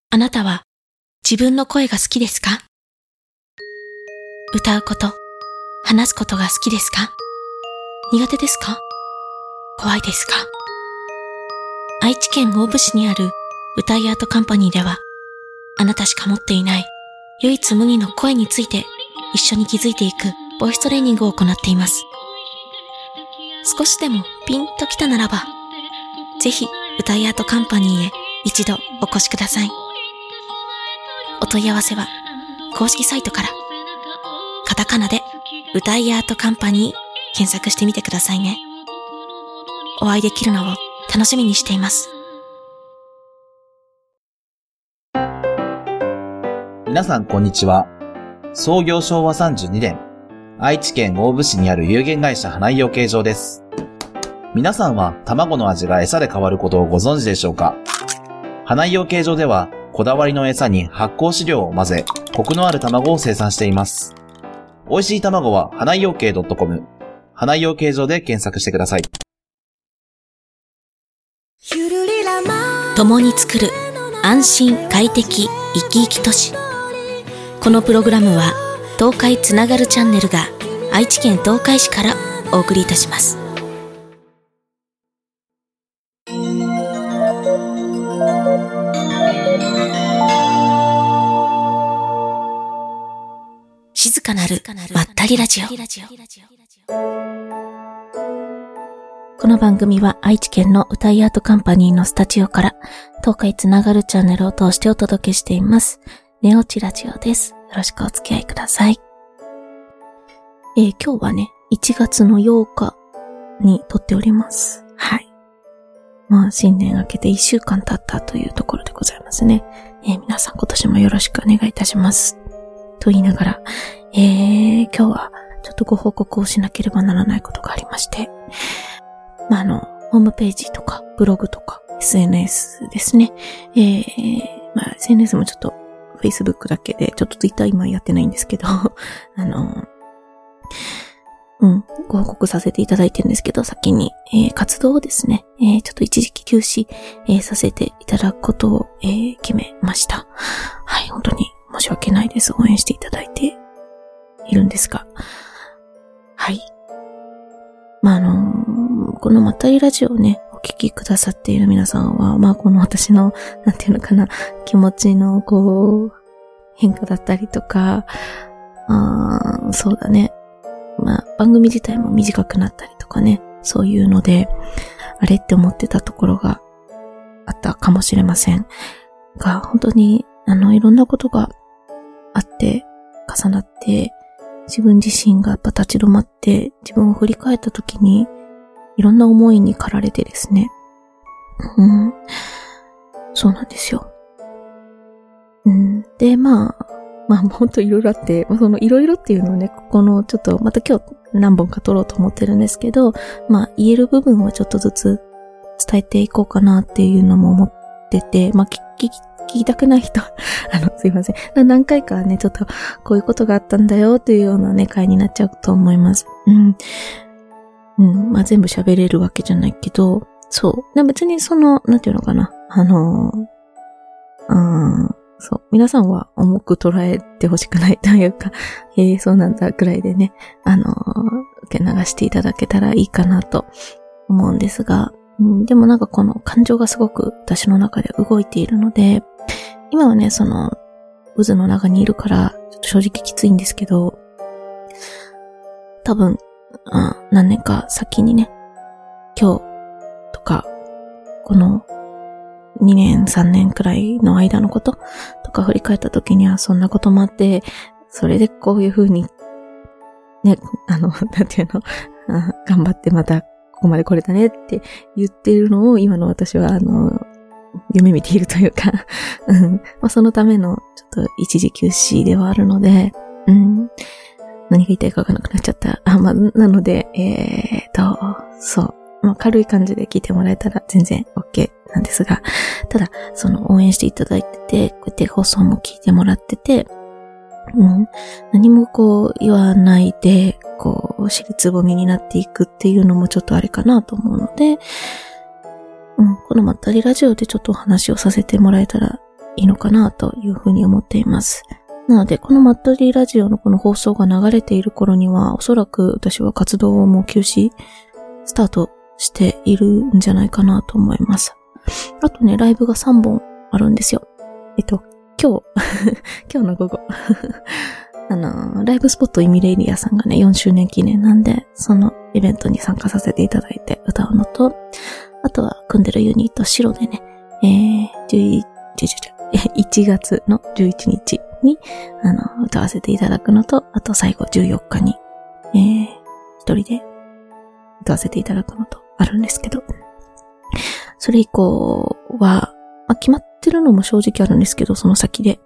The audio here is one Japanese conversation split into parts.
あなたは自分の声が好きですか？歌うこと、話すことが好きですか？苦手ですか？怖いですか？愛知県大府市にある歌いアートカンパニーでは、あなたしか持っていない唯一無二の声について一緒に気づいていくボイストレーニングを行っています。少しでもピンときたならば、ぜひ歌いアートカンパニーへ一度お越しください。お問い合わせは公式サイトから、カタカナで歌いアートカンパニー検索してみてくださいね。お会いできるのを楽しみにしています。 皆さんこんにちは。創業昭和32年、愛知県大府市にある有限会社花井養鶏場です。皆さんは卵の味が餌で変わることをご存知でしょうか？花井養鶏場ではこだわりの餌に発酵飼料を混ぜ、コクのある卵を生産しています。美味しい卵は花井養鶏 .com、花井養鶏場で検索してください。 共に作る安心快適生き生き都市。このプログラムは東海つながるチャンネルが愛知県東海市からお送りいたします。静かなるまったりラジオ。この番組は愛知県の歌いアートカンパニーのスタジオから東海つながるチャンネルを通してお届けしています。寝落ちラジオです。よろしくお付き合いください。今日はね、1月の8日に撮っております。はい。新年明けて1週間経ったというところでございますね。皆さん今年もよろしくお願いいたします。と言いながら、今日はちょっとご報告をしなければならないことがありまして、ホームページとかブログとか SNS ですね。SNS もちょっと Facebook だけで、ちょっと Twitter 今やってないんですけど、ご報告させていただいてるんですけど、先に、活動をですね、ちょっと一時期休止、させていただくことを、決めました。はい、本当に申し訳ないです。応援していただいているんですが。はい。このまったりラジオをね、お聞きくださっている皆さんは、この私の、なんていうのかな、気持ちの、変化だったりとか、そうだね。番組自体も短くなったりとかね、そういうので、あれって思ってたところがあったかもしれませんが、本当に、いろんなことがあって、重なって、自分自身がやっぱ立ち止まって、自分を振り返ったときに、いろんな思いに駆られてですね。そうなんですよ。で、ほんといろいろあって、そのいろいろっていうのをね、ここのちょっと、また今日何本か撮ろうと思ってるんですけど、言える部分はちょっとずつ伝えていこうかなっていうのも思ってて、聞きたくない人、すいません。何回かね、ちょっとこういうことがあったんだよっていうようなね、回になっちゃうと思います。全部喋れるわけじゃないけど、そう。別になんていうのかな。そう。皆さんは重く捉えてほしくないというか、そうなんだくらいでね、受け流していただけたらいいかなと思うんですが、でもこの感情がすごく私の中で動いているので、今はね、渦の中にいるから、ちょっと正直きついんですけど、多分、何年か先にね、今日とか、この2年3年くらいの間のこととか振り返った時にはそんなこともあって、それでこういう風に、ね、なんていうの、頑張ってまたここまで来れたねって言っているのを今の私は夢見ているというか、そのためのちょっと一時休止ではあるので、何が言いたいかわからなくなっちゃった。なので、そう。軽い感じで聞いてもらえたら全然 OK なんですが、ただ、応援していただいてて、こうやって放送も聞いてもらってて、何も言わないで、尻つぼみになっていくっていうのもちょっとあれかなと思うので、このまったりラジオでちょっとお話をさせてもらえたらいいのかなというふうに思っています。なので、このまったりラジオのこの放送が流れている頃には、おそらく私は活動をもう休止、スタートしているんじゃないかなと思います。あとね、ライブが3本あるんですよ。今日の午後。ライブスポットイミレイリアさんがね、4周年記念なんで、そのイベントに参加させていただいて歌うのと、あとは組んでるユニット白でね、1月の11日に、歌わせていただくのと、あと最後14日に、一人で歌わせていただくのとあるんですけど、それ以降は、決まってるのも正直あるんですけど、その先で。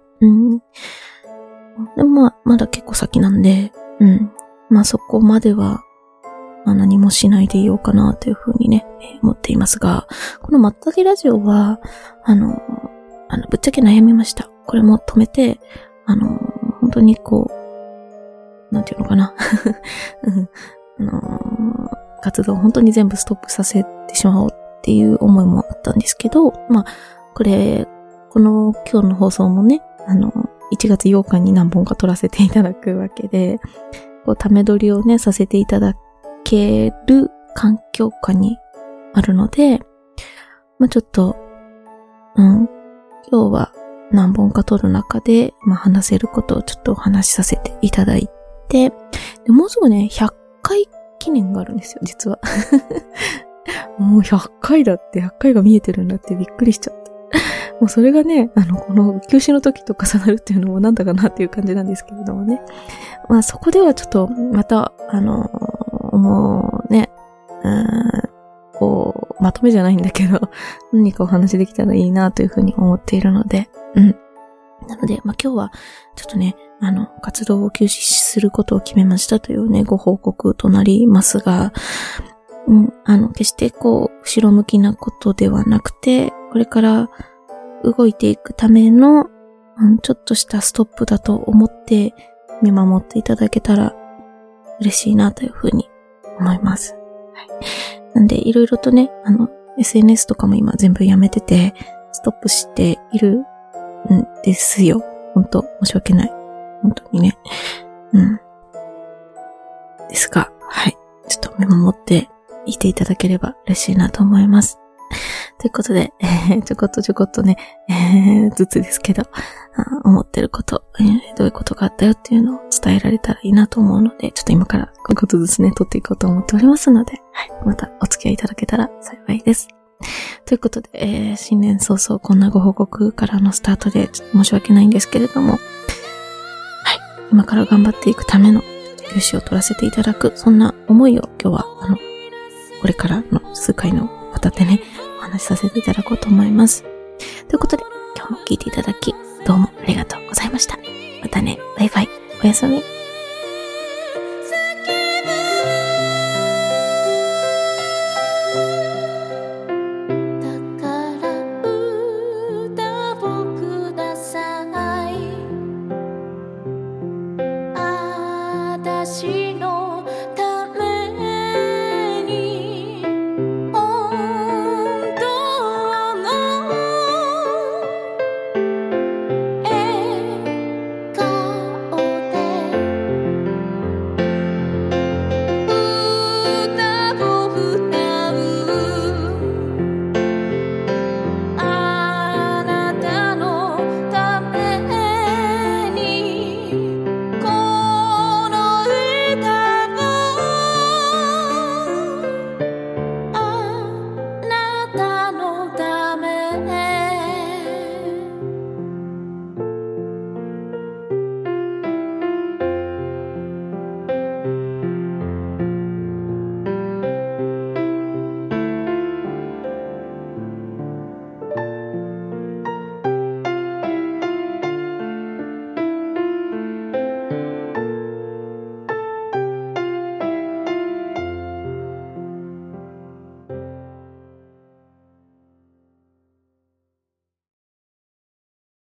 でもまだ結構先なんで、そこまでは、何もしないでいようかなというふうにね、思っていますが、このまったりラジオは、ぶっちゃけ悩みました。これも止めて、本当になんていうのかな。活動を本当に全部ストップさせてしまおうっていう思いもあったんですけど、今日の放送もね、1月8日に何本か撮らせていただくわけで、ため撮りをね、させていただける環境下にあるので、ちょっと、今日は何本か撮る中で、話せることをちょっとお話しさせていただいて、でもうすぐね、100回記念があるんですよ、実は。もう100回だって、100回が見えてるんだってびっくりしちゃった。もうそれがね、この休止の時と重なるっていうのもなんだかなっていう感じなんですけれどもね。そこではちょっと、また、もうね、まとめじゃないんだけど、何かお話できたらいいなというふうに思っているので、なので、今日は、ちょっとね、活動を休止することを決めましたというね、ご報告となりますが、決して後ろ向きなことではなくて、これから動いていくための、ちょっとしたストップだと思って見守っていただけたら嬉しいなというふうに思います。はい。なんで、いろいろとね、SNS とかも今全部やめてて、ストップしているんですよ。本当申し訳ない。本当にね。ですが、はい。ちょっと見守っていていただければ嬉しいなと思います。ということで、ちょこっとね、ずつですけど、思ってること、どういうことがあったよっていうのを伝えられたらいいなと思うので、ちょっと今からこことずつね、撮っていこうと思っておりますので、はい、またお付き合いいただけたら幸いです。ということで、新年早々こんなご報告からのスタートで、ちょっと申し訳ないんですけれども、はい、今から頑張っていくための休止を取らせていただく、そんな思いを今日は、これからの数回の方でね、お話しさせていただこうと思います。ということで、今日も聞いていただき、どうもありがとうございました。またね、バイバイ、おやすみ。